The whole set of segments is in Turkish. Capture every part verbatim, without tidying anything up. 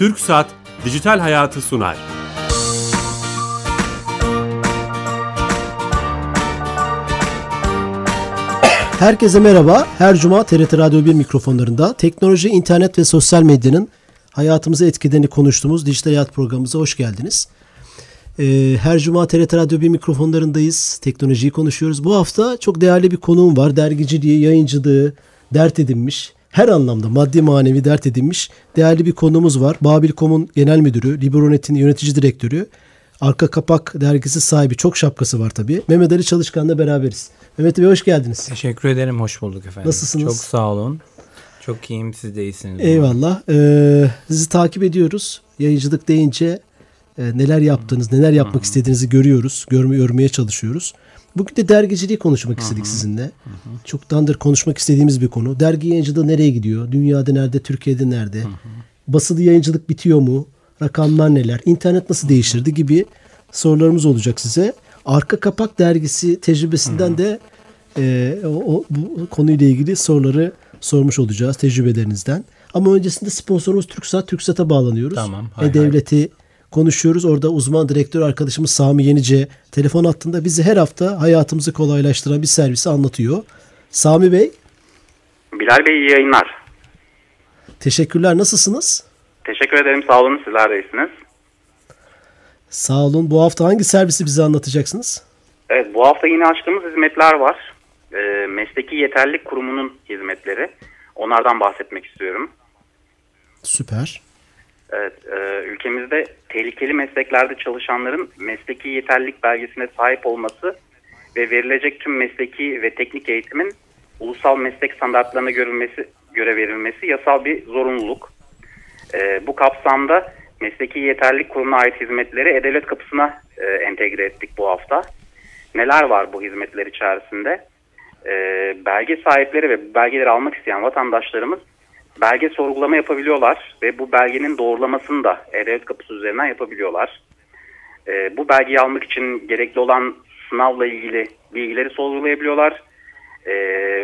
TürkSat Dijital Hayatı sunar. Herkese merhaba. Her cuma T R T Radyo bir mikrofonlarında teknoloji, internet ve sosyal medyanın hayatımıza etkilerini konuştuğumuz Dijital Hayat programımıza hoş geldiniz. Ee, her cuma T R T Radyo bir mikrofonlarındayız. Teknolojiyi konuşuyoruz. Bu hafta çok değerli bir konuğum var. Dergiciliği, yayıncılığı dert edinmiş. Her anlamda maddi manevi dert edinmiş değerli bir konuğumuz var. Babil nokta com'un genel müdürü, Libero.net'in yönetici direktörü, Arka Kapak dergisi sahibi, çok şapkası var tabii. Mehmet Ali Çalışkan'la beraberiz. Mehmet Bey hoş geldiniz. Teşekkür ederim, hoş bulduk efendim. Nasılsınız? Çok sağ olun. Çok iyiyim, siz de iyisiniz. Eyvallah. Ee, sizi takip ediyoruz. Yayıncılık deyince e, neler yaptığınız, neler yapmak Hı-hı. istediğinizi görüyoruz, görme, görmeye çalışıyoruz. Bugün de dergiciliği konuşmak Hı-hı. istedik sizinle. Hı-hı. Çoktandır konuşmak istediğimiz bir konu. Dergi yayıncılığı nereye gidiyor? Dünyada nerede? Türkiye'de nerede? Hı-hı. Basılı yayıncılık bitiyor mu? Rakamlar neler? İnternet nasıl Hı-hı. değiştirdi gibi sorularımız olacak size. Arka Kapak dergisi tecrübesinden Hı-hı. de e, o, o, bu konuyla ilgili soruları sormuş olacağız tecrübelerinizden. Ama öncesinde sponsorumuz TürkSat. TürkSat'a bağlanıyoruz. Tamam. Hay E-Devlet'i hay. konuşuyoruz. Orada uzman direktör arkadaşımız Sami Yenice telefon hattında bizi her hafta hayatımızı kolaylaştıran bir servisi anlatıyor. Sami Bey. Bilal Bey iyi yayınlar. Teşekkürler. Nasılsınız? Teşekkür ederim. Sağ olun. Sizler de iyisiniz. Sağ olun. Bu hafta hangi servisi bize anlatacaksınız? Evet, bu hafta yine açtığımız hizmetler var. E, Mesleki Yeterlilik Kurumu'nun hizmetleri. Onlardan bahsetmek istiyorum. Süper. Evet, e, ülkemizde tehlikeli mesleklerde çalışanların mesleki yeterlilik belgesine sahip olması ve verilecek tüm mesleki ve teknik eğitimin ulusal meslek standartlarına görülmesi, göre verilmesi yasal bir zorunluluk. E, bu kapsamda Mesleki Yeterlilik Kurumu'na ait hizmetleri E-Devlet kapısına e, entegre ettik bu hafta. Neler var bu hizmetler içerisinde? E, belge sahipleri ve belgeleri almak isteyen vatandaşlarımız belge sorgulama yapabiliyorlar ve bu belgenin doğrulamasını da E-Devlet kapısı üzerinden yapabiliyorlar. E, bu belgeyi almak için gerekli olan sınavla ilgili bilgileri sorgulayabiliyorlar. E,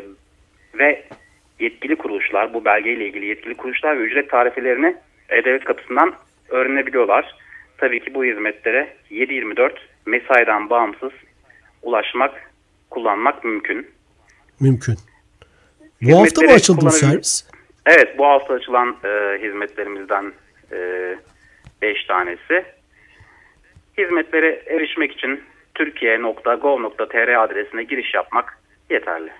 ve yetkili kuruluşlar, bu belgeyle ilgili yetkili kuruluşlar ve ücret tarifelerini E-Devlet kapısından öğrenebiliyorlar. Tabii ki bu hizmetlere yedi yirmi dört mesaiden bağımsız ulaşmak, kullanmak mümkün. Mümkün. Bu hafta mı açıldı bu servis? Evet, bu hafta açılan e, hizmetlerimizden beş e, tanesi. Hizmetlere erişmek için türkiye nokta gov nokta tr adresine giriş yapmak yeterli.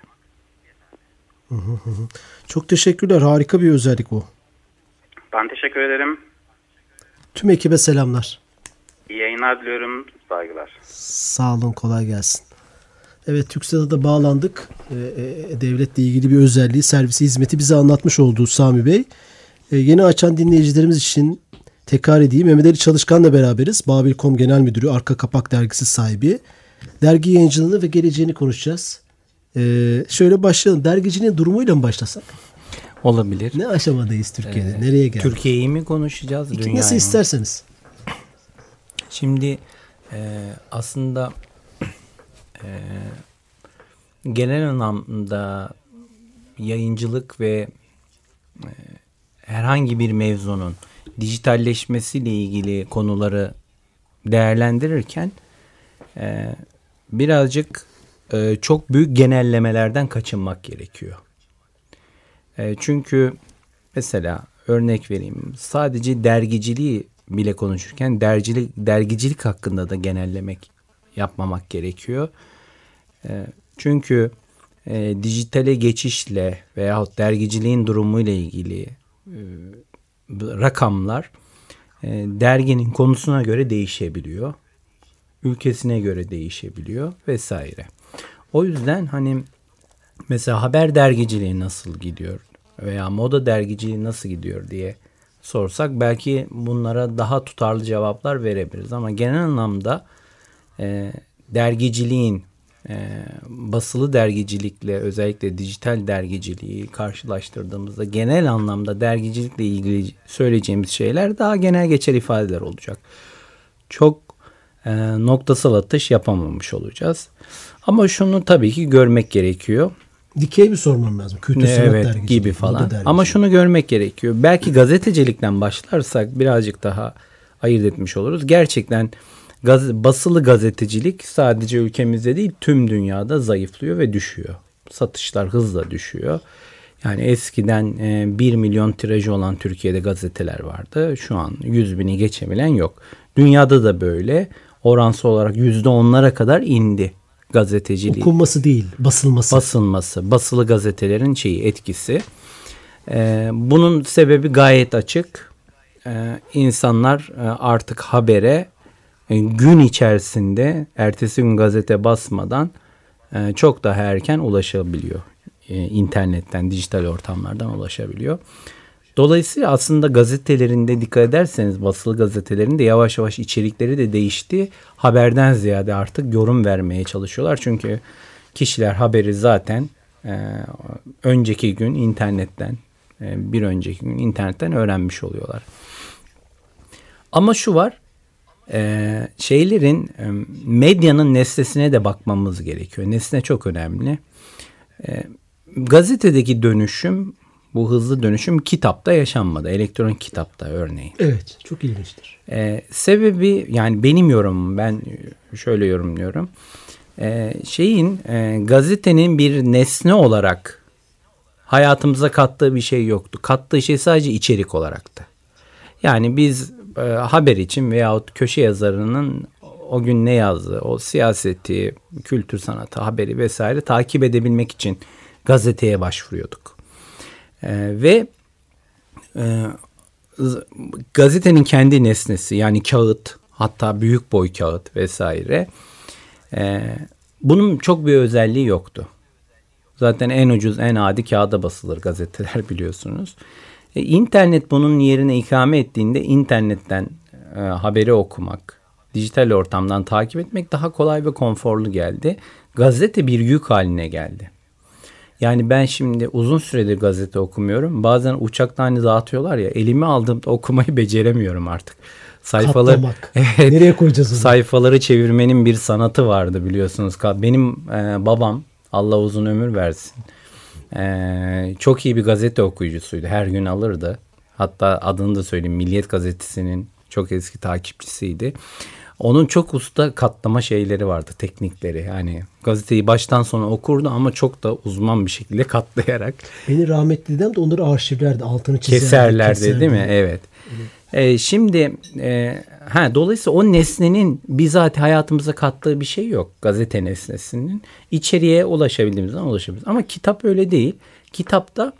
Hı hı hı. Çok teşekkürler. Harika bir özellik bu. Ben teşekkür ederim. Tüm ekibe selamlar. İyi yayınlar diliyorum. Saygılar. Sağ olun. Kolay gelsin. Evet, TürkSat'a da bağlandık. Ee, e, devletle ilgili bir özelliği, servisi, hizmeti bize anlatmış oldu Sami Bey. Ee, yeni açan dinleyicilerimiz için tekrar edeyim. Mehmet Ali Çalışkan'la beraberiz. Babil nokta com Genel Müdürü, Arka Kapak dergisi sahibi. Dergi yayıncılığını ve geleceğini konuşacağız. Ee, şöyle başlayalım. Dergicinin durumuyla mı başlasak? Olabilir. Ne aşamadayız Türkiye'de? Ee, Nereye geldik? Türkiye'yi mi konuşacağız? İki, nasıl mı? isterseniz. Şimdi e, aslında e, genel anlamda yayıncılık ve e, herhangi bir mevzunun dijitalleşmesiyle ilgili konuları değerlendirirken e, birazcık e, çok büyük genellemelerden kaçınmak gerekiyor. E, çünkü mesela örnek vereyim, sadece dergiciliği bile konuşurken dergicilik, dergicilik hakkında da genellemek yapmamak gerekiyor. E, çünkü e, dijitale geçişle veyahut dergiciliğin durumuyla ilgili e, rakamlar e, derginin konusuna göre değişebiliyor. Ülkesine göre değişebiliyor vesaire. O yüzden hani mesela haber dergiciliği nasıl gidiyor veya moda dergiciliği nasıl gidiyor diye sorsak belki bunlara daha tutarlı cevaplar verebiliriz. Ama genel anlamda e, dergiciliğin e, basılı dergicilikle özellikle dijital dergiciliği karşılaştırdığımızda genel anlamda dergicilikle ilgili söyleyeceğimiz şeyler daha genel geçer ifadeler olacak. Çok e, noktasal atış yapamamış olacağız. Ama şunu tabii ki görmek gerekiyor. Dikey mi sormam lazım? Kültür Sanat Evet Dergisi gibi falan. Ama şunu görmek gerekiyor. Belki gazetecilikten başlarsak birazcık daha ayırt etmiş oluruz. Gerçekten gaz, basılı gazetecilik sadece ülkemizde değil tüm dünyada zayıflıyor ve düşüyor. Satışlar hızla düşüyor. Yani eskiden e, bir milyon tirajı olan Türkiye'de gazeteler vardı. Şu an yüz bini geçebilen yok. Dünyada da böyle. Oransal olarak yüzde onlara kadar indi gazeteciliği. Okunması değil, basılması. Basılması, basılı gazetelerin şeyi, etkisi. Ee, bunun sebebi gayet açık. Ee, insanlar e, artık habere e, gün içerisinde, ertesi gün gazete basmadan e, çok daha erken ulaşabiliyor. E, internetten, dijital ortamlardan ulaşabiliyor. Dolayısıyla aslında gazetelerinde dikkat ederseniz, basılı gazetelerinde yavaş yavaş içerikleri de değişti. Haberden ziyade artık yorum vermeye çalışıyorlar. Çünkü kişiler haberi zaten e, önceki gün internetten, e, bir önceki gün internetten öğrenmiş oluyorlar. Ama şu var, e, şeylerin, e, medyanın nesnesine de bakmamız gerekiyor. Nesne çok önemli. E, gazetedeki dönüşüm, bu hızlı dönüşüm kitapta yaşanmadı. Elektronik kitapta örneğin. Evet, çok ilginçtir. Ee, sebebi, yani benim yorumum, ben şöyle yorumluyorum. Ee, şeyin e, gazetenin bir nesne olarak hayatımıza kattığı bir şey yoktu. Kattığı şey sadece içerik olaraktı. Yani biz e, haber için veyahut köşe yazarının o gün ne yazdığı, o siyaseti, kültür sanatı, haberi vesaire takip edebilmek için gazeteye başvuruyorduk. Ee, ve e, gazetenin kendi nesnesi, yani kağıt, hatta büyük boy kağıt vesaire, e, bunun çok bir özelliği yoktu. Zaten en ucuz, en adi kağıda basılır gazeteler, biliyorsunuz. E, internet bunun yerine ikame ettiğinde internetten e, haberi okumak, dijital ortamdan takip etmek daha kolay ve konforlu geldi. Gazete bir yük haline geldi. Yani ben şimdi uzun süredir gazete okumuyorum. Bazen uçakta hani dağıtıyorlar ya, elime aldığımda okumayı beceremiyorum artık. Sayfalar, evet, nereye koyacağız onu? Sayfaları çevirmenin bir sanatı vardı, biliyorsunuz. Benim e, babam, Allah uzun ömür versin, e, çok iyi bir gazete okuyucusuydu. Her gün alırdı. Hatta adını da söyleyeyim, Milliyet Gazetesi'nin çok eski takipçisiydi. Onun çok usta katlama şeyleri vardı, teknikleri. Yani gazeteyi baştan sona okurdu ama çok da uzman bir şekilde katlayarak. Beni rahmetli dedem de onları arşivlerdi, altını çizerdi. Keserlerdi, keserdi. değil mi? Evet. evet. Ee, şimdi e, ha, dolayısıyla o nesnenin bizzat hayatımıza kattığı bir şey yok. Gazete nesnesinin. İçeriye ulaşabildiğimiz zaman ulaşabiliriz. Ama kitap öyle değil. Kitapta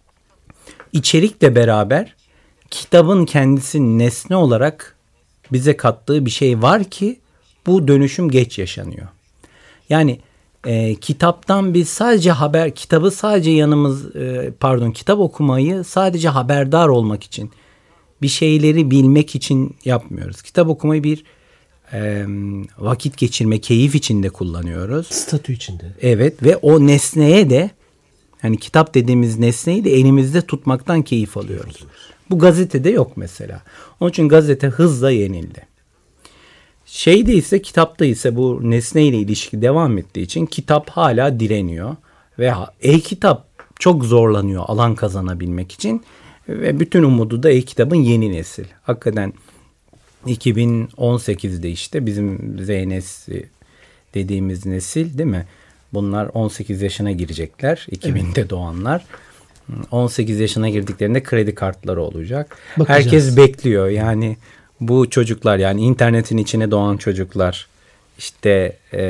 içerikle beraber kitabın kendisi nesne olarak bize kattığı bir şey var ki bu dönüşüm geç yaşanıyor. Yani e, kitaptan biz sadece haber, kitabı sadece yanımız, e, pardon kitap okumayı sadece haberdar olmak için, bir şeyleri bilmek için yapmıyoruz. Kitap okumayı bir e, vakit geçirme, keyif içinde kullanıyoruz. Statü içinde. Evet, ve o nesneye de, hani kitap dediğimiz nesneyi de elimizde tutmaktan keyif alıyoruz. Bu gazetede yok mesela. Onun için gazete hızla yenildi. Şeyde ise, kitapta ise bu nesneyle ilişki devam ettiği için kitap hala direniyor. Ve e-kitap çok zorlanıyor alan kazanabilmek için. Ve bütün umudu da e-kitabın yeni nesil. Hakikaten iki bin on sekizde işte bizim Z nesli dediğimiz nesil, değil mi? Bunlar on sekiz yaşına girecekler. iki binde evet. doğanlar. on sekiz yaşına girdiklerinde kredi kartları olacak. Bakacağız. Herkes bekliyor. Yani bu çocuklar, yani internetin içine doğan çocuklar, işte e,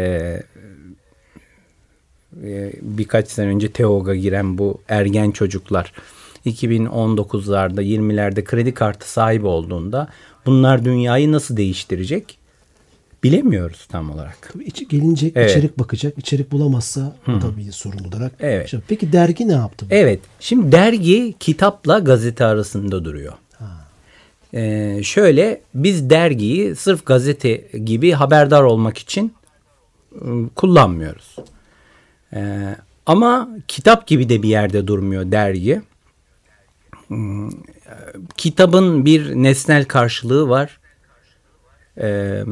e, birkaç sene önce T E O G'a giren bu ergen çocuklar iki bin on dokuzlarda, yirmilerde kredi kartı sahibi olduğunda bunlar dünyayı nasıl değiştirecek bilemiyoruz tam olarak. Tabii içi gelince evet. içerik bakacak. İçerik bulamazsa Hı. tabii sorun olarak. Evet. Peki dergi ne yaptı? Evet. Şimdi dergi kitapla gazete arasında duruyor. Ee, şöyle, biz dergiyi sırf gazete gibi haberdar olmak için ıı, kullanmıyoruz. Ee, ama kitap gibi de bir yerde durmuyor dergi. Hmm, kitabın bir nesnel karşılığı var. Ee,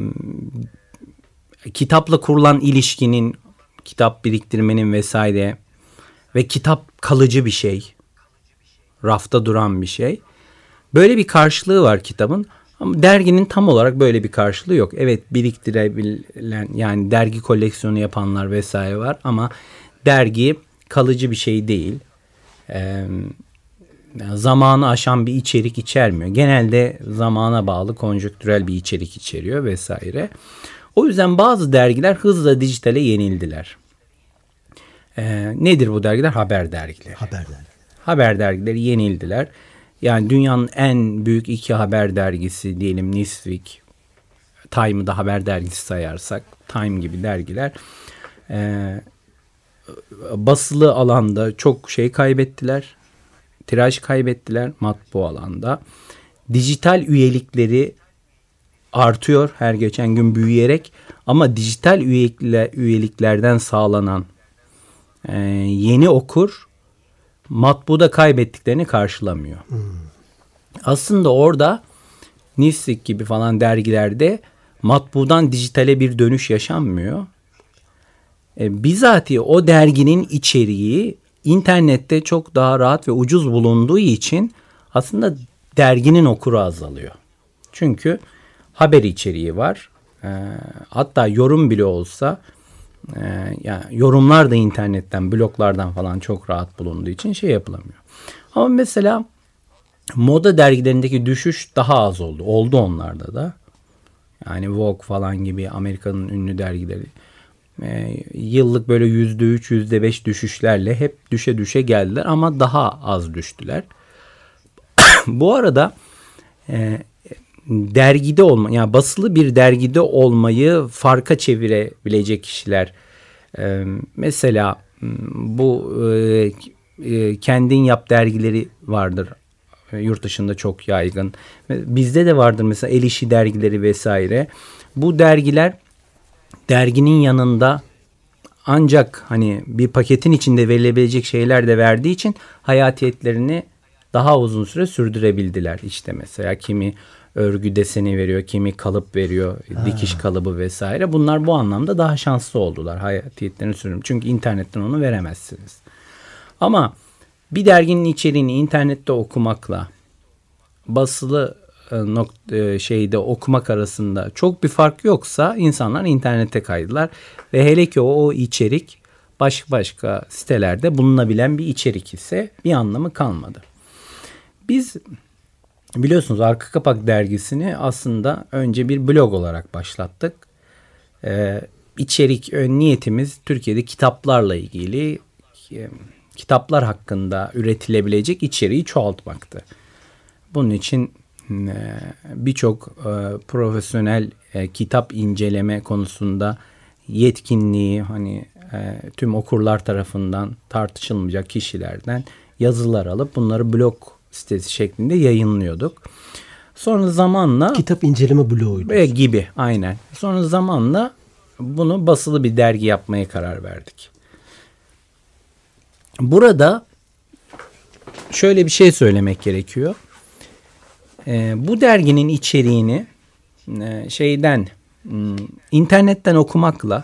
kitapla kurulan ilişkinin, kitap biriktirmenin vesaire ve kitap kalıcı bir şey. Rafta duran bir şey. Böyle bir karşılığı var kitabın. Ama derginin tam olarak böyle bir karşılığı yok. Evet, biriktirebilen, yani dergi koleksiyonu yapanlar vesaire var ama dergi kalıcı bir şey değil. Ee, zamanı aşan bir içerik içermiyor. Genelde zamana bağlı konjonktürel bir içerik içeriyor vesaire. O yüzden bazı dergiler hızla dijitale yenildiler. Ee, nedir bu dergiler? Haber dergileri. Haber dergileri. Haber dergileri yenildiler. Yani dünyanın en büyük iki haber dergisi diyelim Newsweek, Time'ı da haber dergisi sayarsak, Time gibi dergiler e, basılı alanda çok şey kaybettiler. Tiraj kaybettiler matbu alanda. Dijital üyelikleri artıyor her geçen gün büyüyerek ama dijital üyelikler, üyeliklerden sağlanan e, yeni okur matbuda kaybettiklerini karşılamıyor. Hmm. Aslında orada Newsweek gibi falan dergilerde matbudan dijitale bir dönüş yaşanmıyor. E, bizatihi o derginin içeriği internette çok daha rahat ve ucuz bulunduğu için aslında derginin okuru azalıyor. Çünkü haber içeriği var. E, hatta yorum bile olsa e, yani yorumlar da internetten, bloglardan falan çok rahat bulunduğu için şey yapılamıyor. Ama mesela moda dergilerindeki düşüş daha az oldu. Oldu onlarda da. Yani Vogue falan gibi Amerika'nın ünlü dergileri e, yıllık böyle yüzde üç, yüzde beş düşüşlerle hep düşe düşe geldiler ama daha az düştüler. Bu arada e, dergide olma, yani basılı bir dergide olmayı farka çevirebilecek kişiler. E, mesela bu e, e, kendin yap dergileri vardır. E, yurt dışında çok yaygın. Bizde de vardır mesela el işi dergileri vesaire. Bu dergiler derginin yanında ancak hani bir paketin içinde verilebilecek şeyler de verdiği için hayatiyetlerini daha uzun süre sürdürebildiler. İşte mesela kimi örgü deseni veriyor, kimi kalıp veriyor, ha. dikiş kalıbı vesaire. Bunlar bu anlamda daha şanslı oldular hayatiyetlerini sürdürüp. Çünkü internetten onu veremezsiniz. Ama bir derginin içeriğini internette okumakla basılı nokta, şeyde okumak arasında çok bir fark yoksa insanlar internete kaydılar. Ve hele ki o, o içerik başka başka sitelerde bulunabilen bir içerik ise bir anlamı kalmadı. Biz biliyorsunuz Arka Kapak dergisini aslında önce bir blog olarak başlattık. Ee, içerik ön niyetimiz Türkiye'de kitaplarla ilgili e, kitaplar hakkında üretilebilecek içeriği çoğaltmaktı. Bunun için e, birçok e, profesyonel e, kitap inceleme konusunda yetkinliği hani e, tüm okurlar tarafından tartışılmayacak kişilerden yazılar alıp bunları blog sitesi şeklinde yayınlıyorduk. Sonra zamanla kitap inceleme bloğuydu. E, gibi aynen. Sonra zamanla bunu basılı bir dergi yapmaya karar verdik. Burada şöyle bir şey söylemek gerekiyor. E, bu derginin içeriğini e, şeyden m, internetten okumakla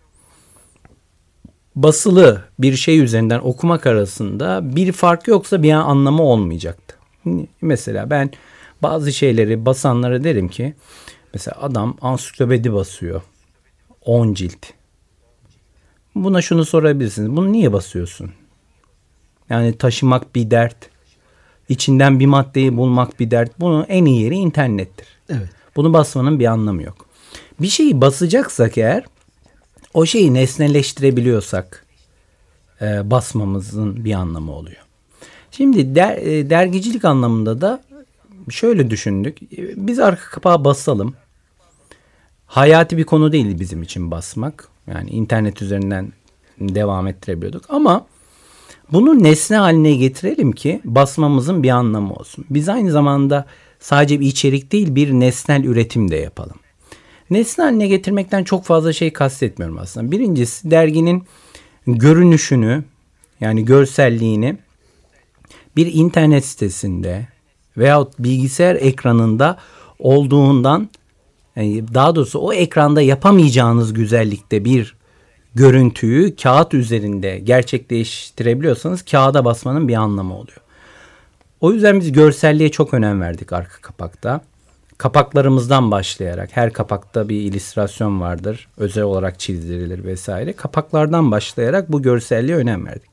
basılı bir şey üzerinden okumak arasında bir fark yoksa bir anlamı olmayacaktı. Mesela ben bazı şeyleri basanlara derim ki mesela adam ansiklopedi basıyor. on cilt. Buna şunu sorabilirsiniz. Bunu niye basıyorsun? Yani taşımak bir dert. İçinden bir maddeyi bulmak bir dert. Bunun en iyi yeri internettir. Evet. Bunu basmanın bir anlamı yok. Bir şeyi basacaksak eğer o şeyi nesneleştirebiliyorsak e, basmamızın bir anlamı oluyor. Şimdi der, e, dergicilik anlamında da şöyle düşündük. Biz arka kapağı basalım. Hayati bir konu değil bizim için basmak. Yani internet üzerinden devam ettirebiliyorduk. Ama bunu nesne haline getirelim ki basmamızın bir anlamı olsun. Biz aynı zamanda sadece bir içerik değil bir nesnel üretim de yapalım. Nesne haline getirmekten çok fazla şey kastetmiyorum aslında. Birincisi derginin görünüşünü yani görselliğini bir internet sitesinde veyahut bilgisayar ekranında olduğundan yani daha doğrusu o ekranda yapamayacağınız güzellikte bir görüntüyü kağıt üzerinde gerçekleştirebiliyorsanız kağıda basmanın bir anlamı oluyor. O yüzden biz görselliğe çok önem verdik arka kapakta. Kapaklarımızdan başlayarak, her kapakta bir illüstrasyon vardır. Özel olarak çizdirilir vesaire. Kapaklardan başlayarak bu görselliğe önem verdik.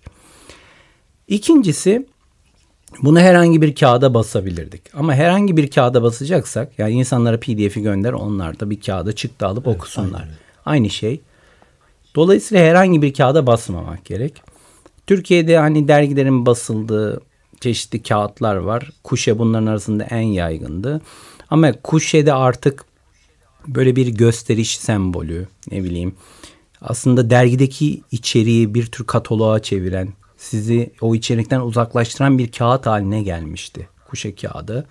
İkincisi, bunu herhangi bir kağıda basabilirdik. Ama herhangi bir kağıda basacaksak, yani insanlara P D F'i gönder, onlar da bir kağıda çıktı alıp evet, okusunlar. Aynen. Aynı şey. Dolayısıyla herhangi bir kağıda basmamak gerek. Türkiye'de hani dergilerin basıldığı çeşitli kağıtlar var. Kuşe bunların arasında en yaygındı. Ama kuşe'de artık böyle bir gösteriş sembolü, ne bileyim, aslında dergideki içeriği bir tür kataloğa çeviren, sizi o içerikten uzaklaştıran bir kağıt haline gelmişti kuşe kağıdı.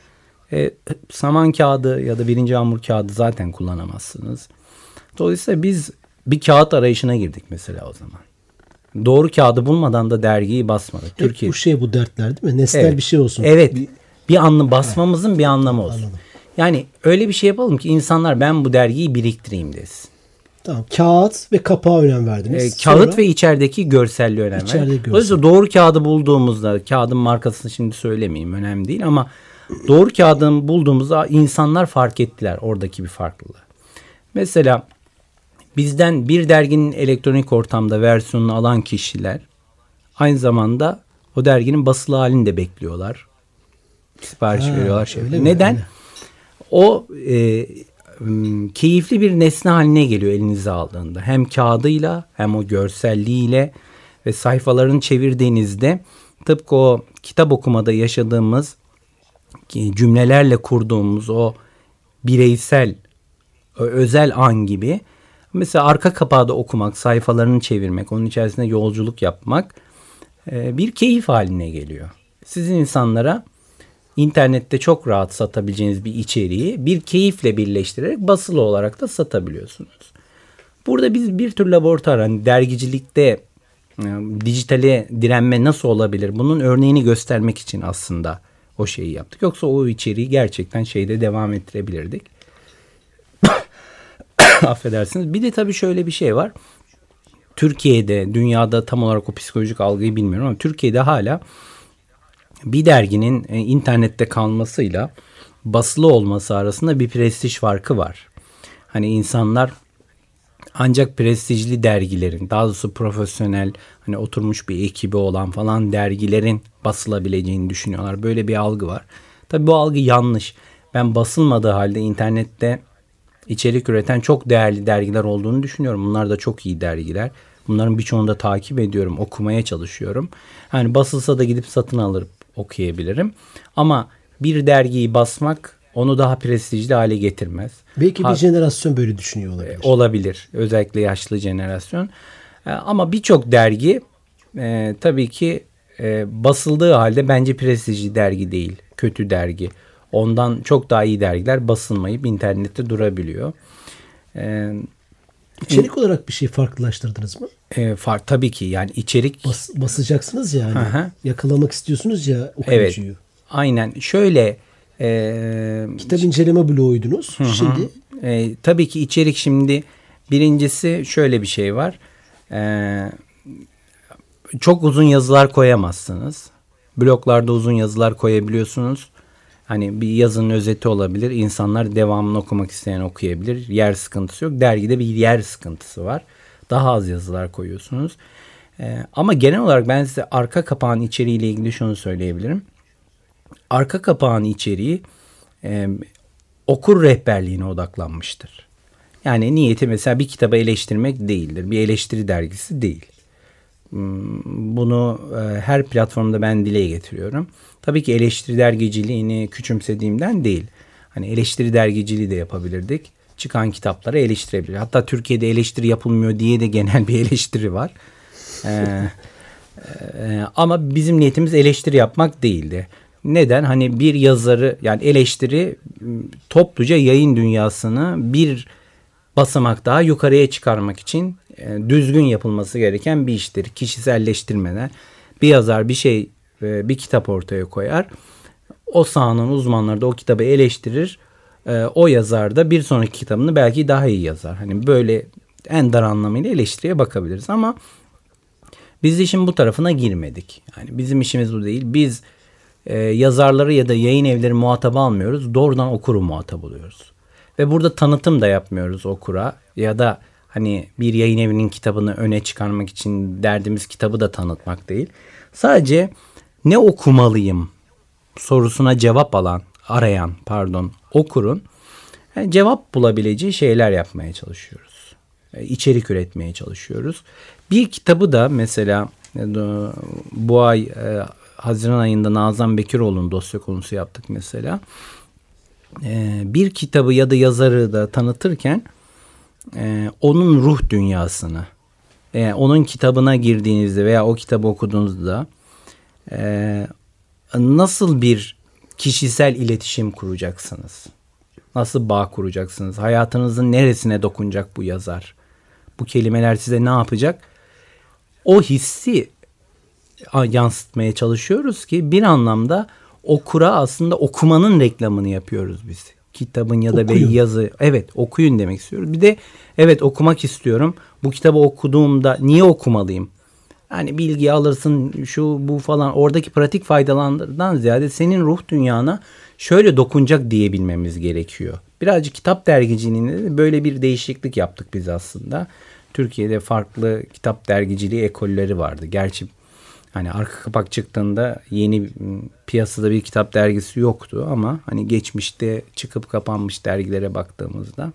E, saman kağıdı ya da birinci hamur kağıdı zaten kullanamazsınız. Dolayısıyla biz bir kağıt arayışına girdik mesela o zaman. Doğru kağıdı bulmadan da dergiyi basmadık. Hep Türkiye bu şey bu dertler değil mi? Nesnel evet. bir şey olsun. Evet. Bir, bir anlam basmamızın evet. bir anlamı olsun. Anladım. Yani öyle bir şey yapalım ki insanlar ben bu dergiyi biriktireyim desin. Tamam. Kağıt ve kapağa önem verdiniz. Ee, kağıt Sonra, ve içerideki görselliğe önem verdik. Dolayısıyla doğru kağıdı bulduğumuzda, kağıdın markasını şimdi söylemeyeyim, önemli değil, ama doğru kağıdını bulduğumuzda insanlar fark ettiler oradaki bir farklılığı. Mesela bizden bir derginin elektronik ortamda versiyonunu alan kişiler aynı zamanda o derginin basılı halini de bekliyorlar. Sipariş ha, veriyorlar. Şey. Neden? Mi? O e, keyifli bir nesne haline geliyor elinize aldığında. Hem kağıdıyla hem o görselliğiyle ve sayfalarını çevirdiğinizde tıpkı o kitap okumada yaşadığımız cümlelerle kurduğumuz o bireysel, o özel an gibi. Mesela arka kapağı da okumak, sayfalarını çevirmek, onun içerisinde yolculuk yapmak e, bir keyif haline geliyor. Sizin insanlara İnternette çok rahat satabileceğiniz bir içeriği bir keyifle birleştirerek basılı olarak da satabiliyorsunuz. Burada biz bir tür laboratuvar, hani dergicilikte e, dijitale direnme nasıl olabilir? Bunun örneğini göstermek için aslında o şeyi yaptık. Yoksa o içeriği gerçekten şeyde devam ettirebilirdik. Affedersiniz. Bir de tabii şöyle bir şey var. Türkiye'de, dünyada tam olarak o psikolojik algıyı bilmiyorum ama Türkiye'de hala bir derginin e, internette kalmasıyla basılı olması arasında bir prestij farkı var. Hani insanlar ancak prestijli dergilerin, daha doğrusu profesyonel, hani oturmuş bir ekibi olan falan dergilerin basılabileceğini düşünüyorlar. Böyle bir algı var. Tabii bu algı yanlış. Ben basılmadığı halde internette içerik üreten çok değerli dergiler olduğunu düşünüyorum. Bunlar da çok iyi dergiler. Bunların birçoğunu da takip ediyorum, okumaya çalışıyorum. Hani basılsa da gidip satın alırım, okuyabilirim. Ama bir dergiyi basmak onu daha prestijli hale getirmez. Belki ha, bir jenerasyon böyle düşünüyor olabilir. Olabilir. Özellikle yaşlı jenerasyon. E, ama birçok dergi e, tabii ki e, basıldığı halde bence prestijli dergi değil. Kötü dergi. Ondan çok daha iyi dergiler basılmayıp internette durabiliyor. E, İçerik in, olarak bir şey farklılaştırdınız mı? E, fark tabii ki, yani içerik Bas, basacaksınız ya, hani yakalamak istiyorsunuz ya okuyucuyu. Evet. Aynen. Şöyle e, kitap inceleme bloğuydunuz. Hı hı. Şimdi e, tabii ki içerik, şimdi birincisi şöyle bir şey var. E, çok uzun yazılar koyamazsınız. Bloglarda uzun yazılar koyabiliyorsunuz. Hani bir yazının özeti olabilir. İnsanlar devamını okumak isteyen okuyabilir. Yer sıkıntısı yok. Dergide bir yer sıkıntısı var. Daha az yazılar koyuyorsunuz. Ee, ama genel olarak ben size arka kapağın içeriğiyle ilgili şunu söyleyebilirim. Arka kapağın içeriği e, okur rehberliğine odaklanmıştır. Yani niyeti mesela bir kitabı eleştirmek değildir. Bir eleştiri dergisi değil. Bunu e, her platformda ben dile getiriyorum. Tabii ki eleştiri dergiciliğini küçümsediğimden değil. Hani eleştiri dergiciliği de yapabilirdik. Çıkan kitapları eleştirebilir. Hatta Türkiye'de eleştiri yapılmıyor diye de genel bir eleştiri var. Ee, e, ama bizim niyetimiz eleştiri yapmak değildi. Neden? Hani bir yazarı, yani eleştiri topluca yayın dünyasını bir basamak daha yukarıya çıkarmak için e, düzgün yapılması gereken bir iştir. Kişiselleştirmeden bir yazar bir şey, e, bir kitap ortaya koyar. O sahanın uzmanları da o kitabı eleştirir. E, o yazar da bir sonraki kitabını belki daha iyi yazar. Hani böyle En dar anlamıyla eleştiriye bakabiliriz ama biz işin bu tarafına girmedik. Yani bizim işimiz bu değil. Biz e, yazarları ya da yayın evleri muhatap almıyoruz. Doğrudan okuru muhatap oluyoruz. Ve burada tanıtım da yapmıyoruz okura ya da hani bir yayın evinin kitabını öne çıkarmak için derdimiz kitabı da tanıtmak değil. Sadece ne okumalıyım sorusuna cevap alan, arayan pardon okurun yani cevap bulabileceği şeyler yapmaya çalışıyoruz. E, içerik üretmeye çalışıyoruz. Bir kitabı da mesela e, bu ay e, Haziran ayında Nazan Bekiroğlu'nun dosya konusu yaptık mesela. E, bir kitabı ya da yazarı da tanıtırken e, onun ruh dünyasını, e, onun kitabına girdiğinizde veya o kitabı okuduğunuzda e, nasıl bir kişisel iletişim kuracaksınız? Nasıl bağ kuracaksınız? Hayatınızın neresine dokunacak bu yazar? Bu kelimeler size ne yapacak? O hissi yansıtmaya çalışıyoruz ki bir anlamda okura aslında okumanın reklamını yapıyoruz biz. Kitabın ya da bir yazı. Evet, okuyun demek istiyoruz. Bir de evet okumak istiyorum. Bu kitabı okuduğumda niye okumalıyım? Yani bilgi alırsın şu bu falan oradaki pratik faydalardan ziyade senin ruh dünyana şöyle dokunacak diyebilmemiz gerekiyor. Birazcık kitap dergiciliğinde de böyle bir değişiklik yaptık biz aslında. Türkiye'de farklı kitap dergiciliği ekolleri vardı. Gerçi hani arka kapak çıktığında yeni piyasada bir kitap dergisi yoktu ama hani geçmişte çıkıp kapanmış dergilere baktığımızda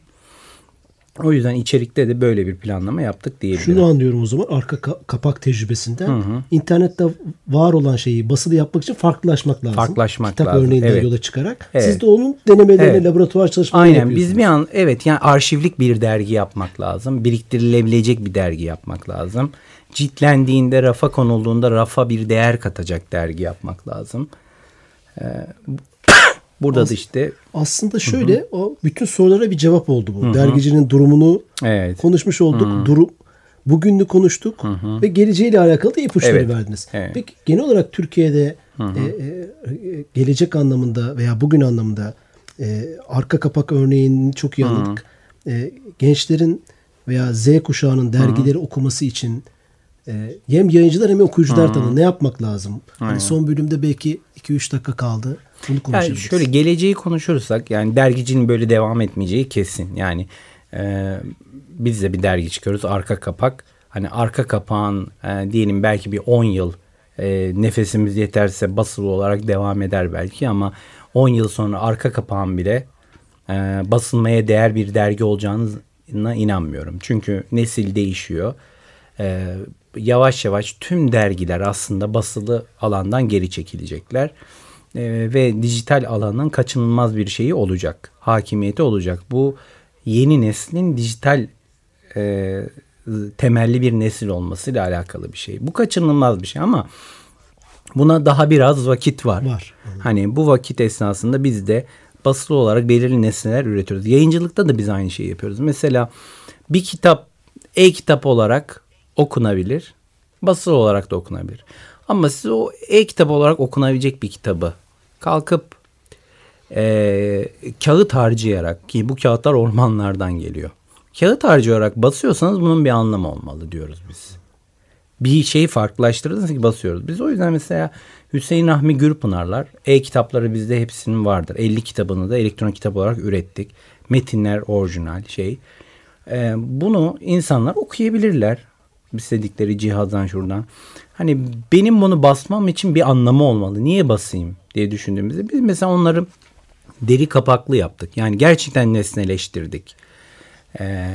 o yüzden içerikte de böyle bir planlama yaptık diyebilirim. Şunu anlıyorum o zaman arka ka- kapak tecrübesinden. Hı hı. İnternette var olan şeyi basılı yapmak için farklılaşmak lazım. Farklılaşmak Kitap lazım. örneğinden evet. yola çıkarak. Evet. Siz de onun denemelerini, evet. laboratuvar çalışmalarını Aynen. yapıyorsunuz. Biz bir an evet yani arşivlik bir dergi yapmak lazım. Biriktirilebilecek bir dergi yapmak lazım. Ciltlendiğinde, rafa konulduğunda rafa bir değer katacak dergi yapmak lazım. Ee, Burada As- da işte aslında şöyle hı-hı. o bütün sorulara bir cevap oldu bu. Hı-hı. Dergicinin durumunu evet. konuşmuş olduk. Hı-hı. Durum bugününü konuştuk Hı-hı. ve geleceğiyle alakalı da ipuçları evet. verdiniz. Evet. Peki genel olarak Türkiye'de e, e, gelecek anlamında veya bugün anlamında e, arka kapak örneğini çok iyi anladık. E, gençlerin veya Z kuşağının dergileri Hı-hı. okuması için e, hem yayıncılar hem okuyucular tanımında ne yapmak lazım? Hani son bölümde belki iki üç dakika kaldı. Yani şöyle geleceği konuşursak yani dergicinin böyle devam etmeyeceği kesin. Yani e, biz de bir dergi çıkıyoruz arka kapak. Hani arka kapağın e, diyelim belki bir on yıl e, nefesimiz yeterse basılı olarak devam eder belki ama on yıl sonra arka kapağın bile e, basılmaya değer bir dergi olacağına inanmıyorum. Çünkü nesil değişiyor. E, yavaş yavaş tüm dergiler aslında basılı alandan geri çekilecekler. Ee, ve dijital alanın kaçınılmaz bir şeyi olacak. Hakimiyeti olacak. Bu yeni neslin dijital e, temelli bir nesil olmasıyla alakalı bir şey. Bu kaçınılmaz bir şey ama buna daha biraz vakit var. var. Hani bu vakit esnasında biz de basılı olarak belirli nesneler üretiyoruz. Yayıncılıkta da biz aynı şeyi yapıyoruz. Mesela bir kitap e-kitap olarak okunabilir. Basılı olarak da okunabilir. Ama siz o e-kitap olarak okunabilecek bir kitabı kalkıp e, kağıt harcayarak ki bu kağıtlar ormanlardan geliyor. Kağıt harcayarak basıyorsanız bunun bir anlamı olmalı diyoruz biz. Bir şeyi farklılaştırırsanız ki basıyoruz. Biz o yüzden mesela Hüseyin Rahmi Gürpınarlar e-kitapları bizde hepsinin vardır. elli kitabını da elektronik kitap olarak ürettik. Metinler orijinal şey. E, bunu insanlar okuyabilirler. İstedikleri cihazdan şuradan. Hani benim bunu basmam için bir anlamı olmalı. Niye basayım diye düşündüğümüzde biz mesela onları deri kapaklı yaptık. Yani gerçekten nesneleştirdik. Ee,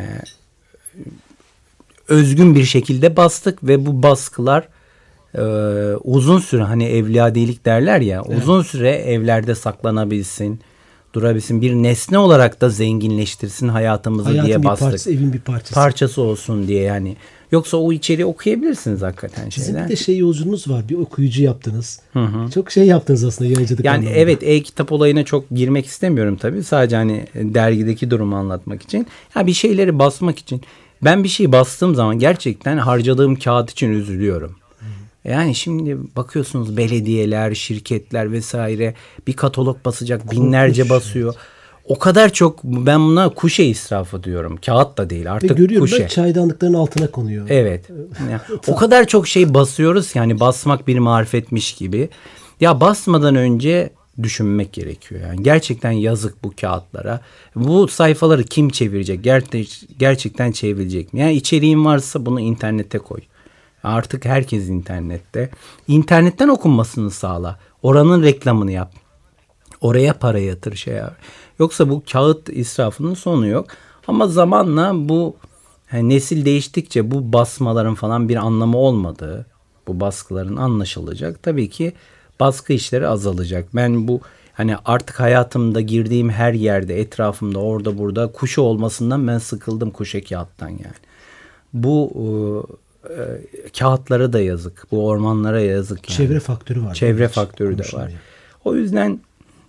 özgün bir şekilde bastık ve bu baskılar e, uzun süre hani evladilik derler ya evet. uzun süre evlerde saklanabilsin, durabilsin. Bir nesne olarak da zenginleştirsin hayatımızı Hayatın diye bastık. Parçası, evin bir parçası. Parçası olsun diye yani. Yoksa o içeriği okuyabilirsiniz hakikaten şeyler. Sizin bir de şey yolculuğunuz var. Bir okuyucu yaptınız. Hı hı. Çok şey yaptınız aslında yayıncılık yani anlamında. Evet e-kitap olayına çok girmek istemiyorum tabii. Sadece hani dergideki durumu anlatmak için. Ya bir şeyleri basmak için. Ben bir şey bastığım zaman gerçekten harcadığım kağıt için üzülüyorum. Hı. Yani şimdi bakıyorsunuz belediyeler, şirketler vesaire bir katalog basacak binlerce basıyor. o kadar çok, ben buna kuşe israfı diyorum. Kağıt da değil artık, Ve görüyorum kuşe. ben çaydanlıkların altına konuyor. Evet. Yani o kadar çok şey basıyoruz yani, basmak bir marifetmiş gibi. Ya basmadan önce düşünmek gerekiyor. Yani gerçekten yazık bu kağıtlara. Bu sayfaları kim çevirecek? Ger- gerçekten çevrilecek mi? Yani içeriğin varsa bunu internete koy. Artık herkes internette. İnternetten okunmasını sağla. Oranın reklamını yap. Oraya para yatır, şey yap. Yoksa bu kağıt israfının sonu yok. Ama zamanla bu, yani nesil değiştikçe bu basmaların falan bir anlamı olmadığı, bu baskıların anlaşılacak. Tabii ki baskı işleri azalacak. Ben bu hani artık hayatımda girdiğim her yerde, etrafımda, orada burada kuşe olmasından ben sıkıldım, kuşe kağıttan yani. Bu e, e, kağıtlara da yazık, bu ormanlara yazık yani. Çevre faktörü var. Çevre faktörü de var. O yüzden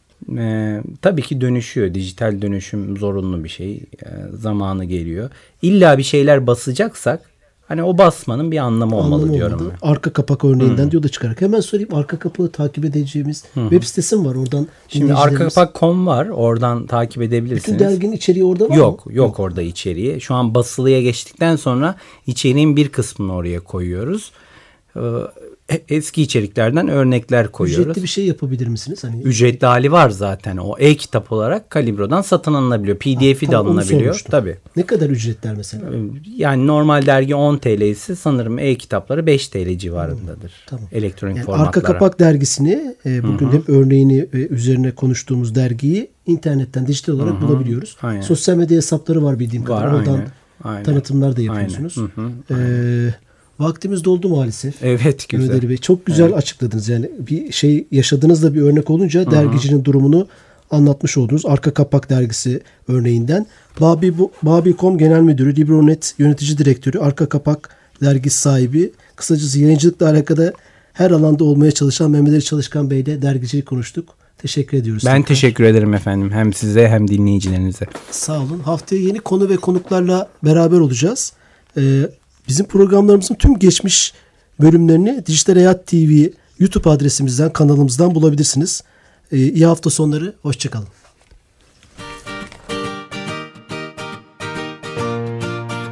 e, tabii ki dönüşüyor. Dijital dönüşüm zorunlu bir şey. E, zamanı geliyor. İlla bir şeyler basacaksak hani o basmanın bir anlamı olmalı Anlamı diyorum olmadı. ben. Arka kapak örneğinden yola çıkarak hemen sorayım, arka kapağı takip edeceğimiz web sitesi mi var? Oradan Şimdi arka kapak nokta com var. Oradan takip edebilirsiniz. Bütün derginin içeriği orada var yok, mı? Yok yok orada içeriği. Şu an basılıya geçtikten sonra içeriğin bir kısmını oraya koyuyoruz. Ee, eski içeriklerden örnekler koyuyoruz. Ücretli bir şey yapabilir misiniz? Hani ücretli hali var zaten. O e-kitap olarak Kalibro'dan satın alınabiliyor. P D F'i de alınabiliyor. Tabii. Ne kadar ücretler mesela? Yani normal dergi on T L ise sanırım e-kitapları beş T L civarındadır. Tamam. Elektronik Yani formatlara. Arka Kapak dergisini e, bugün Hı-hı. hep örneğini e, üzerine konuştuğumuz dergiyi internetten dijital olarak Hı-hı. bulabiliyoruz. Aynen. Sosyal medya hesapları var bildiğim var, kadarıyla. Oradan aynen. Aynen. tanıtımlar da yapıyorsunuz. Ee, vaktimiz doldu maalesef. Evet, güzel. Mehmet Ali Bey, çok güzel evet. açıkladınız. Yani bir şey yaşadığınızda bir örnek olunca Hı-hı. dergicinin durumunu anlatmış oldunuz. Arka Kapak dergisi örneğinden. Babi, Babi nokta com Genel Müdürü, Libro.net Yönetici Direktörü, Arka Kapak dergisi sahibi. Kısacası yayıncılıkla alakalı her alanda olmaya çalışan Mehmet Ali Çalışkan Bey ile dergicilik konuştuk. Teşekkür ediyoruz. Ben tekrar. teşekkür ederim efendim. Hem size hem dinleyicilerinize. Sağ olun. Haftaya yeni konu ve konuklarla beraber olacağız. Ee, bizim programlarımızın tüm geçmiş bölümlerini Dijital Hayat T V YouTube adresimizden, kanalımızdan bulabilirsiniz. Ee, iyi hafta sonları. Hoşçakalın.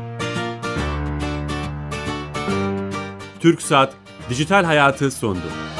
TürkSat Dijital Hayatı sondu.